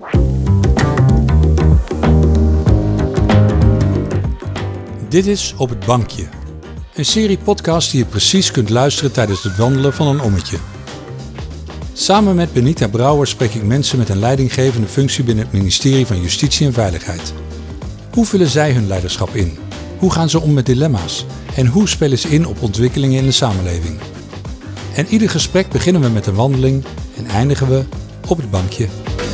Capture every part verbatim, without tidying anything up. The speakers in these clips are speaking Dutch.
Dit is Op het Bankje. Een serie podcast die je precies kunt luisteren tijdens het wandelen van een ommetje. Samen met Benita Brouwer spreek ik mensen met een leidinggevende functie binnen het ministerie van Justitie en Veiligheid. Hoe vullen zij hun leiderschap in? Hoe gaan ze om met dilemma's? En hoe spelen ze in op ontwikkelingen in de samenleving? En ieder gesprek beginnen we met een wandeling en eindigen we op het bankje.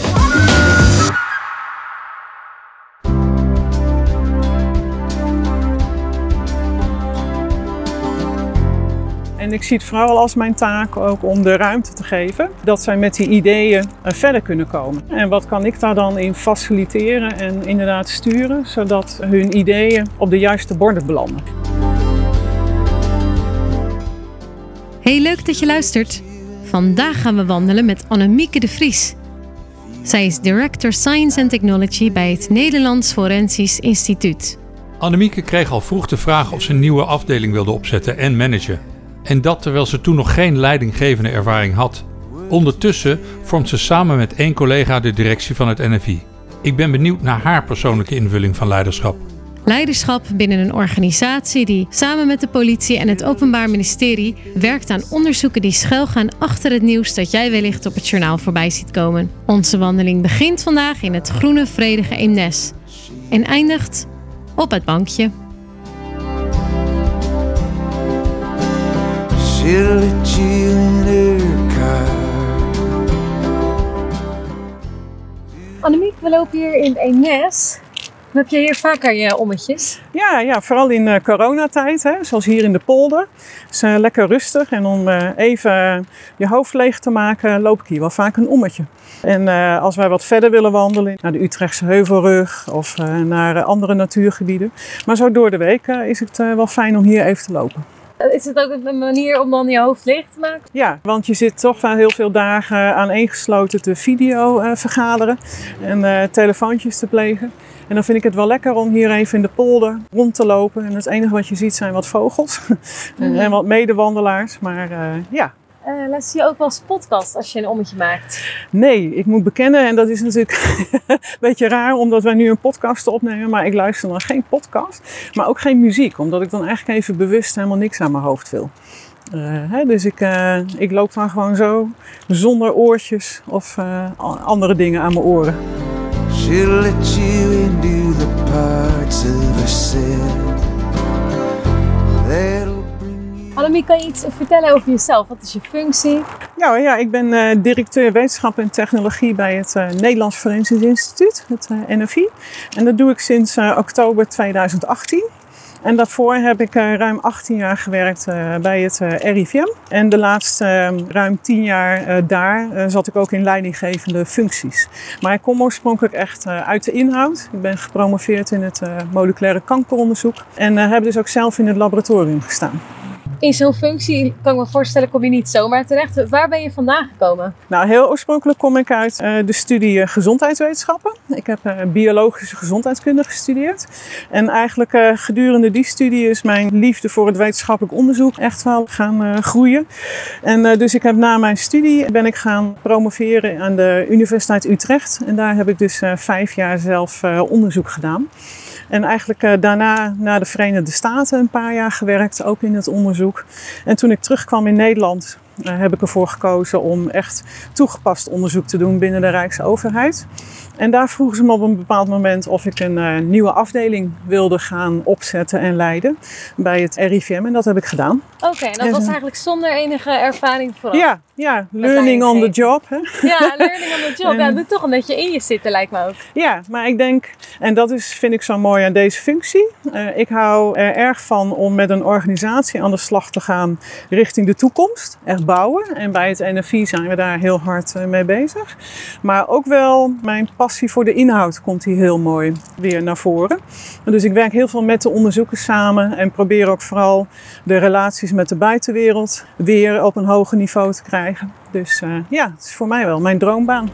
En ik zie het vooral als mijn taak ook om de ruimte te geven dat zij met die ideeën verder kunnen komen. En wat kan ik daar dan in faciliteren en inderdaad sturen, zodat hun ideeën op de juiste borden belanden. Hey, leuk dat je luistert. Vandaag gaan we wandelen met Annemieke de Vries. Zij is Director Science and Technology bij het Nederlands Forensisch Instituut. Annemieke kreeg al vroeg de vraag of ze een nieuwe afdeling wilde opzetten en managen. En dat terwijl ze toen nog geen leidinggevende ervaring had. Ondertussen vormt ze samen met één collega de directie van het N F I. Ik ben benieuwd naar haar persoonlijke invulling van leiderschap. Leiderschap binnen een organisatie die samen met de politie en het Openbaar Ministerie werkt aan onderzoeken die schuilgaan achter het nieuws dat jij wellicht op het journaal voorbij ziet komen. Onze wandeling begint vandaag in het groene vredige Eemnes en eindigt op het bankje. Annemiek, we lopen hier in Eemnes. Loop je hier vaker je ommetjes? Ja, ja, vooral in uh, coronatijd, hè, zoals hier in de polder. Het is uh, lekker rustig en om uh, even je hoofd leeg te maken loop ik hier wel vaak een ommetje. En uh, als wij wat verder willen wandelen, naar de Utrechtse Heuvelrug of uh, naar uh, andere natuurgebieden. Maar zo door de week uh, is het uh, wel fijn om hier even te lopen. Is het ook een manier om dan je hoofd leeg te maken? Ja, want je zit toch wel heel veel dagen aaneengesloten te video uh, vergaderen en uh, telefoontjes te plegen. En dan vind ik het wel lekker om hier even in de polder rond te lopen. En het enige wat je ziet zijn wat vogels mm-hmm. en wat medewandelaars. Maar uh, ja. Uh, luister je ook wel eens podcast als je een ommetje maakt? Nee, ik moet bekennen, en dat is natuurlijk een beetje raar omdat wij nu een podcast opnemen. Maar ik luister dan geen podcast, maar ook geen muziek. Omdat ik dan eigenlijk even bewust helemaal niks aan mijn hoofd wil. Uh, hè, dus ik, uh, ik loop dan gewoon zo zonder oortjes of uh, andere dingen aan mijn oren. She'll let you into the parts of herself. Annemiek, kan je iets vertellen over jezelf? Wat is je functie? Ja, ja ik ben uh, directeur wetenschap en technologie bij het uh, Nederlands Forensisch Instituut, het uh, N F I. En dat doe ik sinds uh, oktober tweeduizend achttien. En daarvoor heb ik uh, ruim achttien jaar gewerkt uh, bij het uh, R I V M. En de laatste uh, ruim tien jaar uh, daar uh, zat ik ook in leidinggevende functies. Maar ik kom oorspronkelijk echt uh, uit de inhoud. Ik ben gepromoveerd in het uh, moleculaire kankeronderzoek. En uh, heb dus ook zelf in het laboratorium gestaan. In zo'n functie, kan ik me voorstellen, kom je niet zomaar terecht. Waar ben je vandaan gekomen? Nou, heel oorspronkelijk kom ik uit uh, de studie gezondheidswetenschappen. Ik heb uh, biologische gezondheidskunde gestudeerd. En eigenlijk uh, gedurende die studie is mijn liefde voor het wetenschappelijk onderzoek echt wel gaan uh, groeien. En uh, dus ik heb na mijn studie ben ik gaan promoveren aan de Universiteit Utrecht. En daar heb ik dus uh, vijf jaar zelf uh, onderzoek gedaan. En eigenlijk uh, daarna naar de Verenigde Staten een paar jaar gewerkt, ook in het onderzoek. En toen ik terugkwam in Nederland uh, heb ik ervoor gekozen om echt toegepast onderzoek te doen binnen de Rijksoverheid. En daar vroegen ze me op een bepaald moment of ik een uh, nieuwe afdeling wilde gaan opzetten en leiden bij het R I V M. En dat heb ik gedaan. Oké, okay, en dat was eigenlijk zonder enige ervaring vooraf? Ja, ja, learning on the job. Hè? Ja, learning on the job. En, ja, dat doet toch een beetje in je zitten, lijkt me ook. Ja, maar ik denk, en dat is, vind ik zo mooi aan deze functie. Uh, ik hou er erg van om met een organisatie aan de slag te gaan richting de toekomst. Echt bouwen. En bij het N F I zijn we daar heel hard uh, mee bezig. Maar ook wel mijn passie voor de inhoud komt hier heel mooi weer naar voren. Dus ik werk heel veel met de onderzoekers samen en probeer ook vooral de relaties met de buitenwereld weer op een hoger niveau te krijgen. Dus uh, ja, het is voor mij wel mijn droombaan.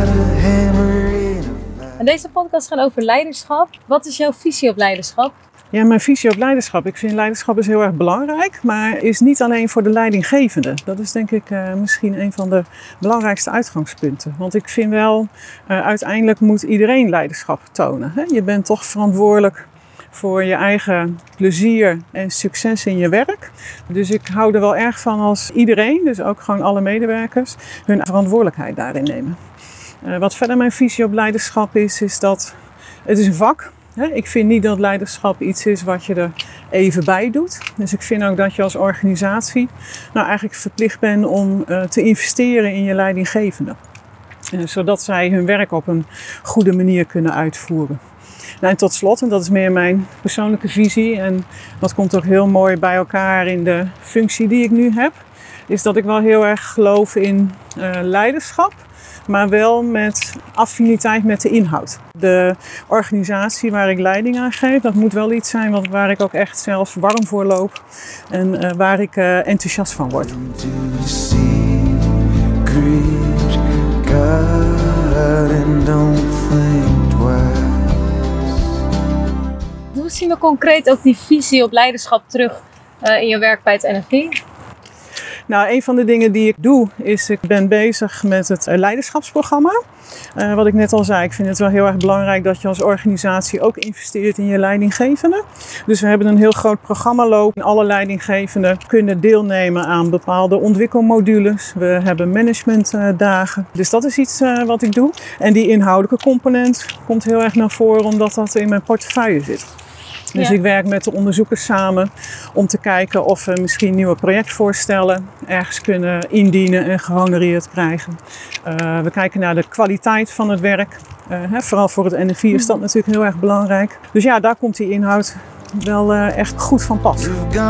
En deze podcast gaat over leiderschap. Wat is jouw visie op leiderschap? Ja, mijn visie op leiderschap. Ik vind leiderschap is heel erg belangrijk, maar is niet alleen voor de leidinggevende. Dat is denk ik uh, misschien een van de belangrijkste uitgangspunten. Want ik vind wel, uh, uiteindelijk moet iedereen leiderschap tonen. Hè? Je bent toch verantwoordelijk voor je eigen plezier en succes in je werk. Dus ik hou er wel erg van als iedereen, dus ook gewoon alle medewerkers, hun verantwoordelijkheid daarin nemen. Uh, wat verder mijn visie op leiderschap is, is dat het is een vak. Ik vind niet dat leiderschap iets is wat je er even bij doet. Dus ik vind ook dat je als organisatie nou eigenlijk verplicht bent om uh, te investeren in je leidinggevenden. Uh, zodat zij hun werk op een goede manier kunnen uitvoeren. Nou, en tot slot, en dat is meer mijn persoonlijke visie en dat komt ook heel mooi bij elkaar in de functie die ik nu heb, is dat ik wel heel erg geloof in uh, leiderschap. Maar wel met affiniteit met de inhoud. De organisatie waar ik leiding aan geef, dat moet wel iets zijn wat, waar ik ook echt zelf warm voor loop. En uh, waar ik uh, enthousiast van word. Hoe zien we concreet ook die visie op leiderschap terug uh, in je werk bij het N F I? Nou, een van de dingen die ik doe is, ik ben bezig met het leiderschapsprogramma. Uh, wat ik net al zei, ik vind het wel heel erg belangrijk dat je als organisatie ook investeert in je leidinggevenden. Dus we hebben een heel groot programma lopen. Alle leidinggevenden kunnen deelnemen aan bepaalde ontwikkelmodules. We hebben managementdagen. Dus dat is iets uh, wat ik doe. En die inhoudelijke component komt heel erg naar voren omdat dat in mijn portefeuille zit. Dus ja. Ik werk met de onderzoekers samen om te kijken of we misschien nieuwe projectvoorstellen ergens kunnen indienen en gehonoreerd krijgen. Uh, we kijken naar de kwaliteit van het werk. Uh, hè, vooral voor het N F I is dat natuurlijk heel erg belangrijk. Dus ja, daar komt die inhoud wel uh, echt goed van pas.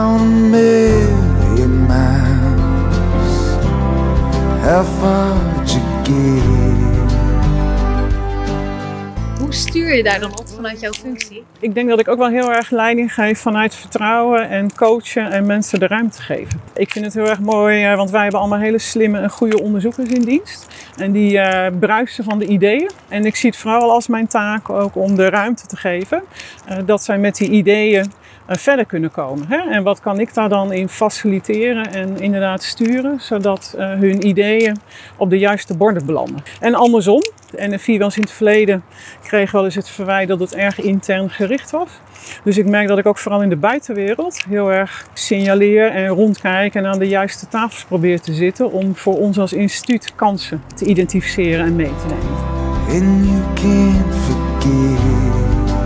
Hoe stuur je daar dan op vanuit jouw functie? Ik denk dat ik ook wel heel erg leiding geef vanuit vertrouwen en coachen en mensen de ruimte geven. Ik vind het heel erg mooi, want wij hebben allemaal hele slimme en goede onderzoekers in dienst. En die uh, bruisen van de ideeën. En ik zie het vooral als mijn taak ook om de ruimte te geven. Uh, dat zij met die ideeën uh, verder kunnen komen. Hè? En wat kan ik daar dan in faciliteren en inderdaad sturen. Zodat uh, hun ideeën op de juiste borden belanden. En andersom. De N F I was in het verleden, kreeg wel eens het verwijt dat het erg intern gericht was. Dus ik merk dat ik ook vooral in de buitenwereld heel erg signaleer en rondkijk en aan de juiste tafels probeer te zitten om voor ons als instituut kansen te identificeren en mee te nemen. And you can't forget.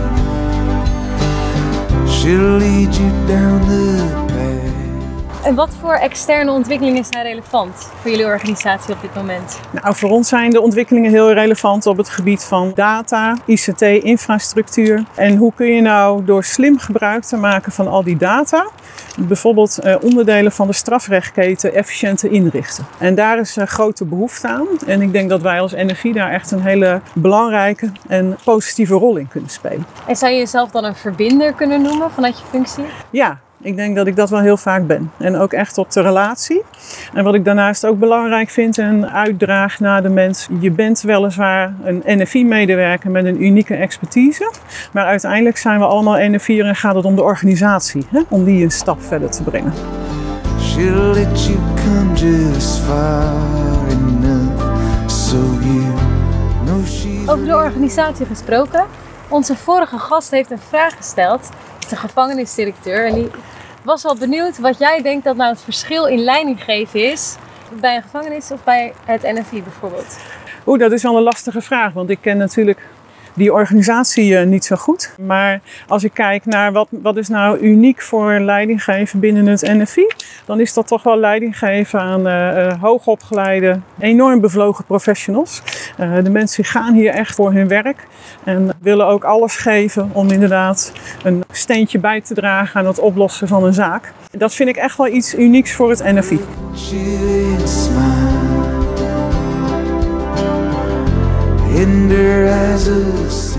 She'll lead you down the path. En wat voor externe ontwikkelingen zijn relevant voor jullie organisatie op dit moment? Nou, voor ons zijn de ontwikkelingen heel relevant op het gebied van data, I C T-infrastructuur. En hoe kun je nou door slim gebruik te maken van al die data, bijvoorbeeld eh, onderdelen van de strafrechtketen efficiënter inrichten. En daar is uh, grote behoefte aan. En ik denk dat wij als N F I daar echt een hele belangrijke en positieve rol in kunnen spelen. En zou je jezelf dan een verbinder kunnen noemen vanuit je functie? Ja. Ik denk dat ik dat wel heel vaak ben. En ook echt op de relatie. En wat ik daarnaast ook belangrijk vind en uitdraag naar de mens. Je bent weliswaar een N F I-medewerker met een unieke expertise. Maar uiteindelijk zijn we allemaal N F I'er en gaat het om de organisatie. Hè? Om die een stap verder te brengen. She'll let you come just far enough, so you know she's... Over de organisatie gesproken. Onze vorige gast heeft een vraag gesteld. De gevangenisdirecteur. En die was wel benieuwd wat jij denkt dat nou het verschil in leiding geven is bij een gevangenis of bij het N F I bijvoorbeeld. Oeh, dat is wel een lastige vraag, want ik ken natuurlijk die organisatie uh, niet zo goed. Maar als ik kijk naar wat, wat is nou uniek voor leidinggeven binnen het N F I, dan is dat toch wel leidinggeven aan uh, uh, hoogopgeleide, enorm bevlogen professionals. Uh, de mensen gaan hier echt voor hun werk en willen ook alles geven om inderdaad een steentje bij te dragen aan het oplossen van een zaak. Dat vind ik echt wel iets unieks voor het N F I.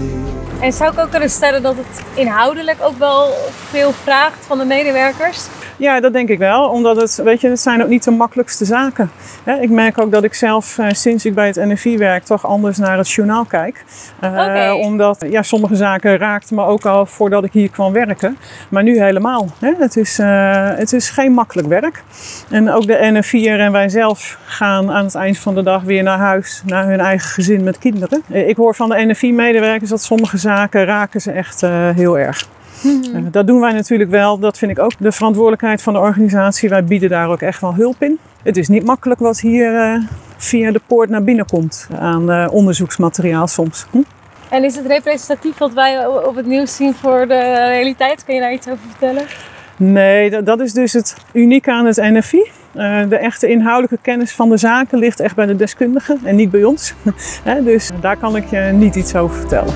En zou ik ook kunnen stellen dat het inhoudelijk ook wel veel vraagt van de medewerkers? Ja, dat denk ik wel. Omdat het, weet je, het zijn ook niet de makkelijkste zaken. Hè, ik merk ook dat ik zelf, uh, sinds ik bij het N F I werk, toch anders naar het journaal kijk. Uh, okay. Omdat ja, sommige zaken raakten me ook al voordat ik hier kwam werken. Maar nu helemaal. Hè. Het is, uh, het is geen makkelijk werk. En ook de N F I'er en wij zelf gaan aan het eind van de dag weer naar huis, naar hun eigen gezin met kinderen. Ik hoor van de N F I-medewerkers dat sommige zaken raken ze echt uh, heel erg. Mm-hmm. Uh, dat doen wij natuurlijk wel. Dat vind ik ook de verantwoordelijkheid van de organisatie. Wij bieden daar ook echt wel hulp in. Het is niet makkelijk wat hier uh, via de poort naar binnen komt aan uh, onderzoeksmateriaal soms. Hm? En is het representatief wat wij op het nieuws zien voor de realiteit? Kun je daar iets over vertellen? Nee, dat is dus het unieke aan het N F I. Uh, de echte inhoudelijke kennis van de zaken ligt echt bij de deskundigen en niet bij ons. Dus daar kan ik je niet iets over vertellen.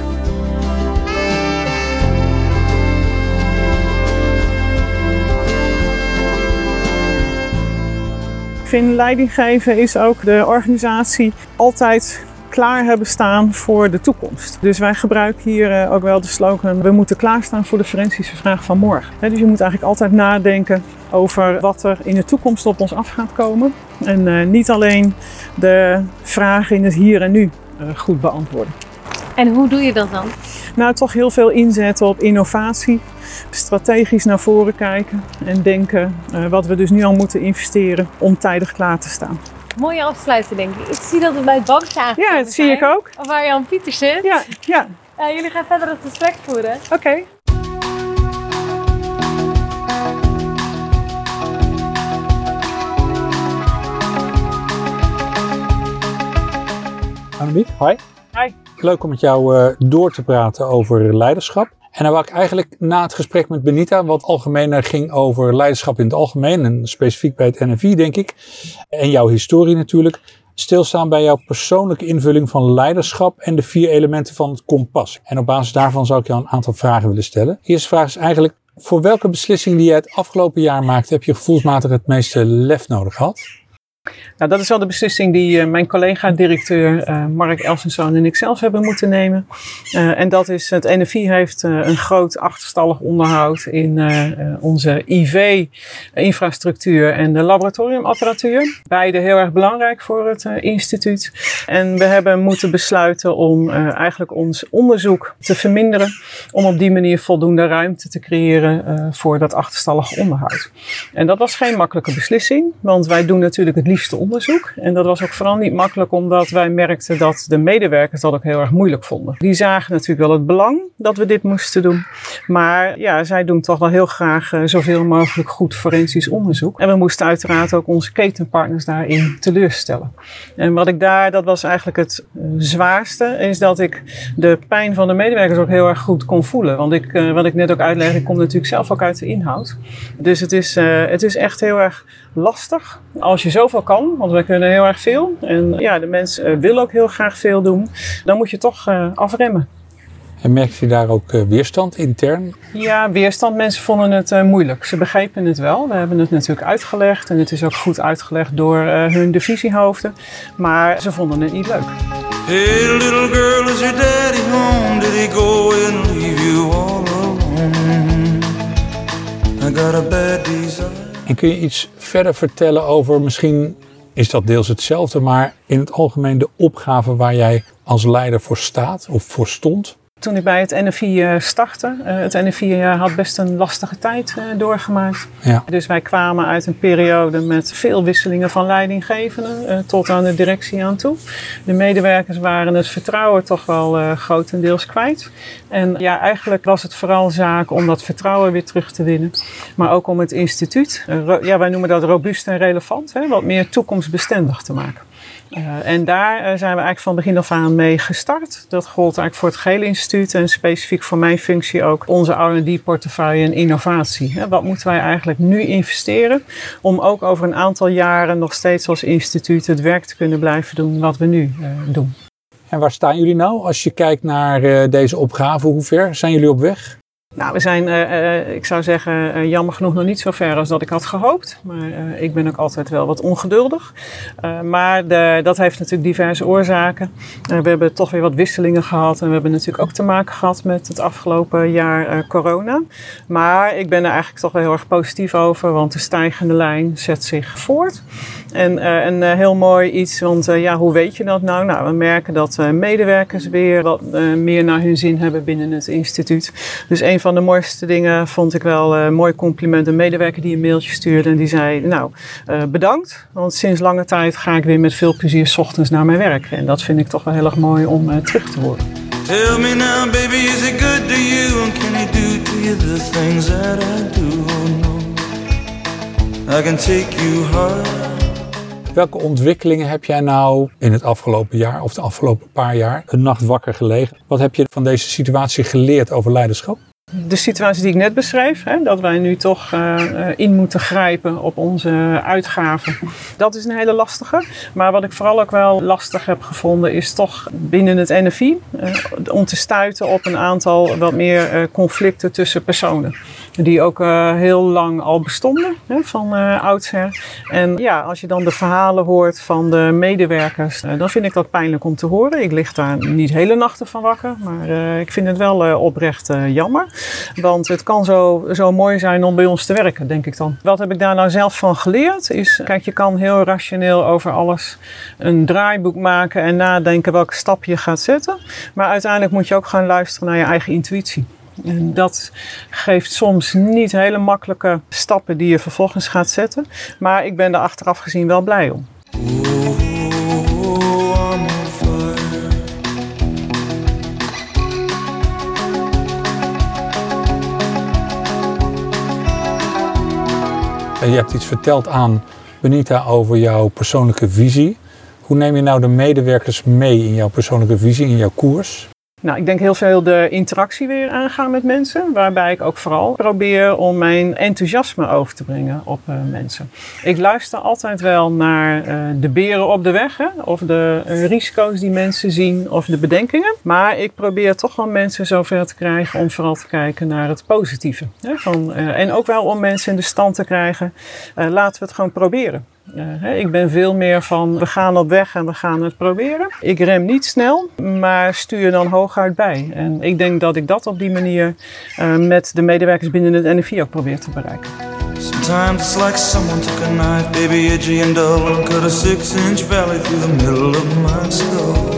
Ik vind leiding geven is ook de organisatie altijd klaar hebben staan voor de toekomst. Dus wij gebruiken hier ook wel de slogan: we moeten klaarstaan voor de forensische vraag van morgen. Dus je moet eigenlijk altijd nadenken over wat er in de toekomst op ons af gaat komen. En uh, niet alleen de vragen in het hier en nu uh, goed beantwoorden. En hoe doe je dat dan? Nou, toch heel veel inzetten op innovatie. Strategisch naar voren kijken en denken uh, wat we dus nu al moeten investeren om tijdig klaar te staan. Mooie afsluiten, denk ik. Ik zie dat we bij het bankje aangekomen zijn. Ja, dat zie ik ook. Waar Jan Pieter zit. Ja, ja. Uh, jullie gaan verder het gesprek voeren. Oké. Okay. Annemiek, hi. Hi. Leuk om met jou uh, door te praten over leiderschap. En dan wou ik eigenlijk na het gesprek met Benita, wat algemener ging over leiderschap in het algemeen en specifiek bij het N F I, denk ik, en jouw historie natuurlijk, stilstaan bij jouw persoonlijke invulling van leiderschap en de vier elementen van het kompas. En op basis daarvan zou ik jou een aantal vragen willen stellen. De eerste vraag is eigenlijk: voor welke beslissing die jij het afgelopen jaar maakte, heb je gevoelsmatig het meeste lef nodig gehad? Nou, dat is wel de beslissing die uh, mijn collega-directeur uh, Mark Elsenzoon en ik zelf hebben moeten nemen. Uh, en dat is, het N F I heeft uh, een groot achterstallig onderhoud in uh, uh, onze I V-infrastructuur en de laboratoriumapparatuur. Beide heel erg belangrijk voor het uh, instituut. En we hebben moeten besluiten om uh, eigenlijk ons onderzoek te verminderen. Om op die manier voldoende ruimte te creëren uh, voor dat achterstallig onderhoud. En dat was geen makkelijke beslissing, want wij doen natuurlijk het liefste onderzoek. En dat was ook vooral niet makkelijk, omdat wij merkten dat de medewerkers dat ook heel erg moeilijk vonden. Die zagen natuurlijk wel het belang dat we dit moesten doen. Maar ja, zij doen toch wel heel graag uh, zoveel mogelijk goed forensisch onderzoek. En we moesten uiteraard ook onze ketenpartners daarin teleurstellen. En wat ik daar, dat was eigenlijk het uh, zwaarste, is dat ik de pijn van de medewerkers ook heel erg goed kon voelen. Want ik, uh, wat ik net ook uitlegde, ik kom natuurlijk zelf ook uit de inhoud. Dus het is, uh, het is echt heel erg lastig als je zoveel kan, want wij kunnen heel erg veel. En ja, de mensen uh, willen ook heel graag veel doen. Dan moet je toch uh, afremmen. En merkte je daar ook uh, weerstand intern? Ja, weerstand. Mensen vonden het uh, moeilijk. Ze begrepen het wel. We hebben het natuurlijk uitgelegd. En het is ook goed uitgelegd door uh, hun divisiehoofden. Maar ze vonden het niet leuk. Hey little girl, is your daddy home? Did he go and leave you all alone? I got a bad desire. En kun je iets verder vertellen over, misschien is dat deels hetzelfde, maar in het algemeen de opgave waar jij als leider voor staat of voor stond? Toen ik bij het N F I startte, uh, het N F I uh, had best een lastige tijd uh, doorgemaakt. Ja. Dus wij kwamen uit een periode met veel wisselingen van leidinggevenden uh, tot aan de directie aan toe. De medewerkers waren het vertrouwen toch wel uh, grotendeels kwijt. En ja, eigenlijk was het vooral zaak om dat vertrouwen weer terug te winnen. Maar ook om het instituut, uh, ro- ja, wij noemen dat robuust en relevant, hè, wat meer toekomstbestendig te maken. Uh, en daar uh, zijn we eigenlijk van begin af aan mee gestart. Dat gold eigenlijk voor het gehele instituut en specifiek voor mijn functie ook onze R en D-portefeuille en innovatie. Hè, wat moeten wij eigenlijk nu investeren om ook over een aantal jaren nog steeds als instituut het werk te kunnen blijven doen wat we nu uh, doen. En waar staan jullie nou als je kijkt naar uh, deze opgave? Hoe ver zijn jullie op weg? Nou, we zijn, uh, uh, ik zou zeggen, uh, jammer genoeg nog niet zo ver als dat ik had gehoopt. Maar uh, ik ben ook altijd wel wat ongeduldig. Uh, maar de, dat heeft natuurlijk diverse oorzaken. Uh, we hebben toch weer wat wisselingen gehad. En we hebben natuurlijk ook te maken gehad met het afgelopen jaar uh, corona. Maar ik ben er eigenlijk toch wel heel erg positief over. Want de stijgende lijn zet zich voort. En uh, een uh, heel mooi iets, want uh, ja, hoe weet je dat nou? Nou, we merken dat uh, medewerkers weer wat uh, meer naar hun zin hebben binnen het instituut. Dus een van de mooiste dingen vond ik wel een uh, mooi compliment. Een medewerker die een mailtje stuurde en die zei, nou, uh, bedankt. Want sinds lange tijd ga ik weer met veel plezier 's ochtends naar mijn werk. En dat vind ik toch wel heel erg mooi om uh, terug te horen. Tell me now, baby, is it good to you? And can I do to you the things that I do? Oh no, I can take you high. Welke ontwikkelingen heb jij nou in het afgelopen jaar of de afgelopen paar jaar een nacht wakker gelegen? Wat heb je van deze situatie geleerd over leiderschap? De situatie die ik net beschreef, hè, dat wij nu toch uh, in moeten grijpen op onze uitgaven, dat is een hele lastige. Maar wat ik vooral ook wel lastig heb gevonden is toch binnen het N F I uh, om te stuiten op een aantal wat meer uh, conflicten tussen personen. Die ook uh, heel lang al bestonden, hè, van uh, oudsher. En ja, als je dan de verhalen hoort van de medewerkers, uh, dan vind ik dat pijnlijk om te horen. Ik lig daar niet hele nachten van wakker, maar uh, ik vind het wel uh, oprecht uh, jammer. Want het kan zo, zo mooi zijn om bij ons te werken, denk ik dan. Wat heb ik daar nou zelf van geleerd? Is, kijk, je kan heel rationeel over alles een draaiboek maken en nadenken welke stap je gaat zetten. Maar uiteindelijk moet je ook gaan luisteren naar je eigen intuïtie. En dat geeft soms niet hele makkelijke stappen die je vervolgens gaat zetten. Maar ik ben er achteraf gezien wel blij om. Je hebt iets verteld aan Benita over jouw persoonlijke visie. Hoe neem je nou de medewerkers mee in jouw persoonlijke visie, in jouw koers? Nou, ik denk heel veel de interactie weer aangaan met mensen. Waarbij ik ook vooral probeer om mijn enthousiasme over te brengen op uh, mensen. Ik luister altijd wel naar uh, de beren op de weg. Hè, of de uh, risico's die mensen zien of de bedenkingen. Maar ik probeer toch wel mensen zover te krijgen om vooral te kijken naar het positieve. Hè, van, uh, en ook wel om mensen in de stand te krijgen. Uh, laten we het gewoon proberen. Uh, hè, ik ben veel meer van we gaan op weg en we gaan het proberen. Ik rem niet snel, maar stuur dan hooguit bij. En ik denk dat ik dat op die manier uh, met de medewerkers binnen het N F I ook probeer te bereiken. Sometimes it's like someone took a knife, baby, edgy and dull, and cut a six-inch valley through the middle of my skull.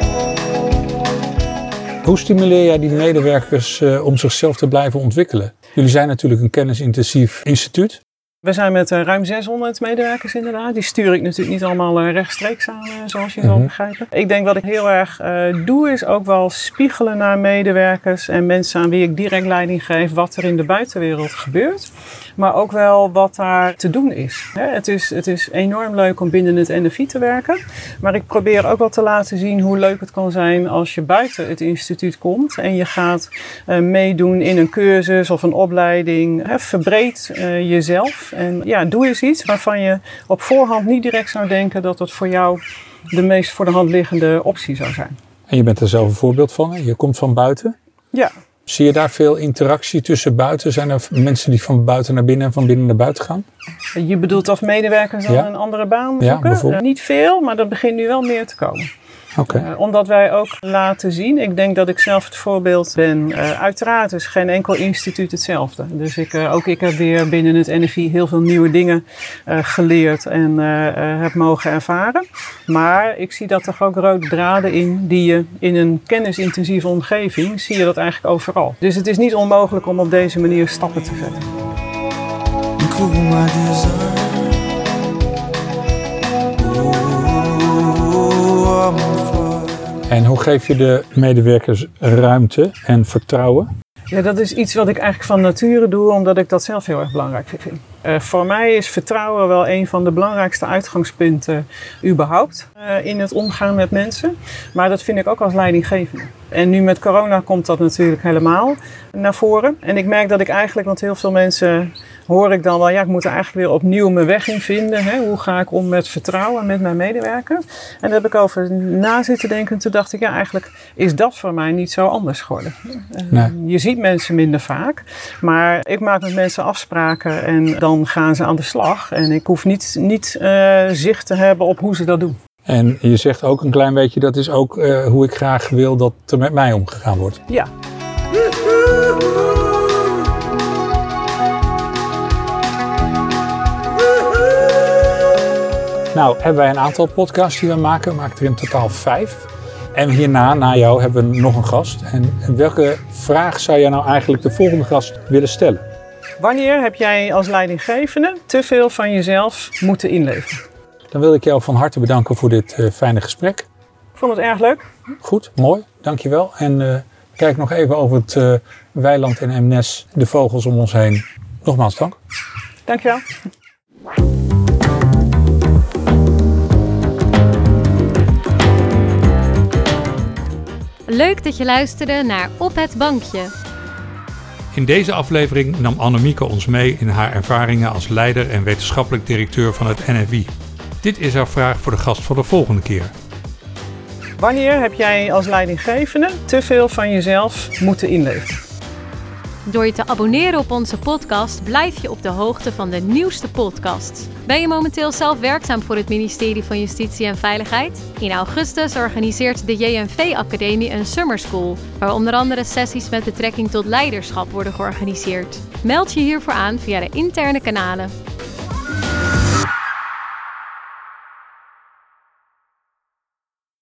Hoe stimuleer jij die medewerkers uh, om zichzelf te blijven ontwikkelen? Jullie zijn natuurlijk een kennisintensief instituut. We zijn met uh, ruim zeshonderd medewerkers inderdaad. Die stuur ik natuurlijk niet allemaal uh, rechtstreeks aan, uh, zoals je mm-hmm. zal begrijpen. Ik denk wat ik heel erg uh, doe is ook wel spiegelen naar medewerkers en mensen aan wie ik direct leiding geef wat er in de buitenwereld gebeurt. Maar ook wel wat daar te doen is. Hè, het is. Het is enorm leuk om binnen het N F I te werken. Maar ik probeer ook wel te laten zien hoe leuk het kan zijn als je buiten het instituut komt. En je gaat uh, meedoen in een cursus of een opleiding. Hè, verbreed uh, jezelf. En ja, doe eens iets waarvan je op voorhand niet direct zou denken dat het voor jou de meest voor de hand liggende optie zou zijn. En je bent er zelf een voorbeeld van, hè? Je komt van buiten. Ja. Zie je daar veel interactie tussen buiten? Zijn er mensen die van buiten naar binnen en van binnen naar buiten gaan? Je bedoelt of medewerkers dan ja. een andere baan zoeken? Ja, uh, niet veel, maar dat begint nu wel meer te komen. Okay. Uh, omdat wij ook laten zien, ik denk dat ik zelf het voorbeeld ben. Uh, uiteraard is geen enkel instituut hetzelfde. Dus ik, uh, ook ik heb weer binnen het N F I heel veel nieuwe dingen uh, geleerd en uh, uh, heb mogen ervaren. Maar ik zie dat er ook rode draden in die je in een kennisintensieve omgeving, zie je dat eigenlijk overal. Dus het is niet onmogelijk om op deze manier stappen te zetten. Cool my desire. En hoe geef je de medewerkers ruimte en vertrouwen? Ja, dat is iets wat ik eigenlijk van nature doe, omdat ik dat zelf heel erg belangrijk vind. Uh, voor mij is vertrouwen wel een van de belangrijkste uitgangspunten überhaupt uh, in het omgaan met mensen. Maar dat vind ik ook als leidinggevende. En nu met corona komt dat natuurlijk helemaal naar voren. En ik merk dat ik eigenlijk, want heel veel mensen hoor ik dan wel, ja, ik moet er eigenlijk weer opnieuw mijn weg in vinden. Hè? Hoe ga ik om met vertrouwen met mijn medewerker? En daar heb ik over na zitten denken. En toen dacht ik, ja, eigenlijk is dat voor mij niet zo anders geworden. Nee. Je ziet mensen minder vaak, maar ik maak met mensen afspraken en dan gaan ze aan de slag. En ik hoef niet, niet uh, zicht te hebben op hoe ze dat doen. En je zegt ook een klein beetje, dat is ook uh, hoe ik graag wil dat er met mij omgegaan wordt. Ja. Nou, hebben wij een aantal podcasts die we maken. We maken er in totaal vijf. En hierna, na jou, hebben we nog een gast. En welke vraag zou jij nou eigenlijk de volgende gast willen stellen? Wanneer heb jij als leidinggevende te veel van jezelf moeten inleveren? Dan wil ik jou van harte bedanken voor dit uh, fijne gesprek. Ik vond het erg leuk. Goed, mooi. Dankjewel. En uh, kijk nog even over het uh, weiland en Eemnes, de vogels om ons heen. Nogmaals dank. Dankjewel. Leuk dat je luisterde naar Op het Bankje. In deze aflevering nam Annemieke ons mee in haar ervaringen als leider en wetenschappelijk directeur van het N F I. Dit is haar vraag voor de gast van de volgende keer. Wanneer heb jij als leidinggevende te veel van jezelf moeten inleveren? Door je te abonneren op onze podcast blijf je op de hoogte van de nieuwste podcasts. Ben je momenteel zelf werkzaam voor het ministerie van Justitie en Veiligheid? In augustus organiseert de J N V-academie een summer school, waar onder andere sessies met betrekking tot leiderschap worden georganiseerd. Meld je hiervoor aan via de interne kanalen.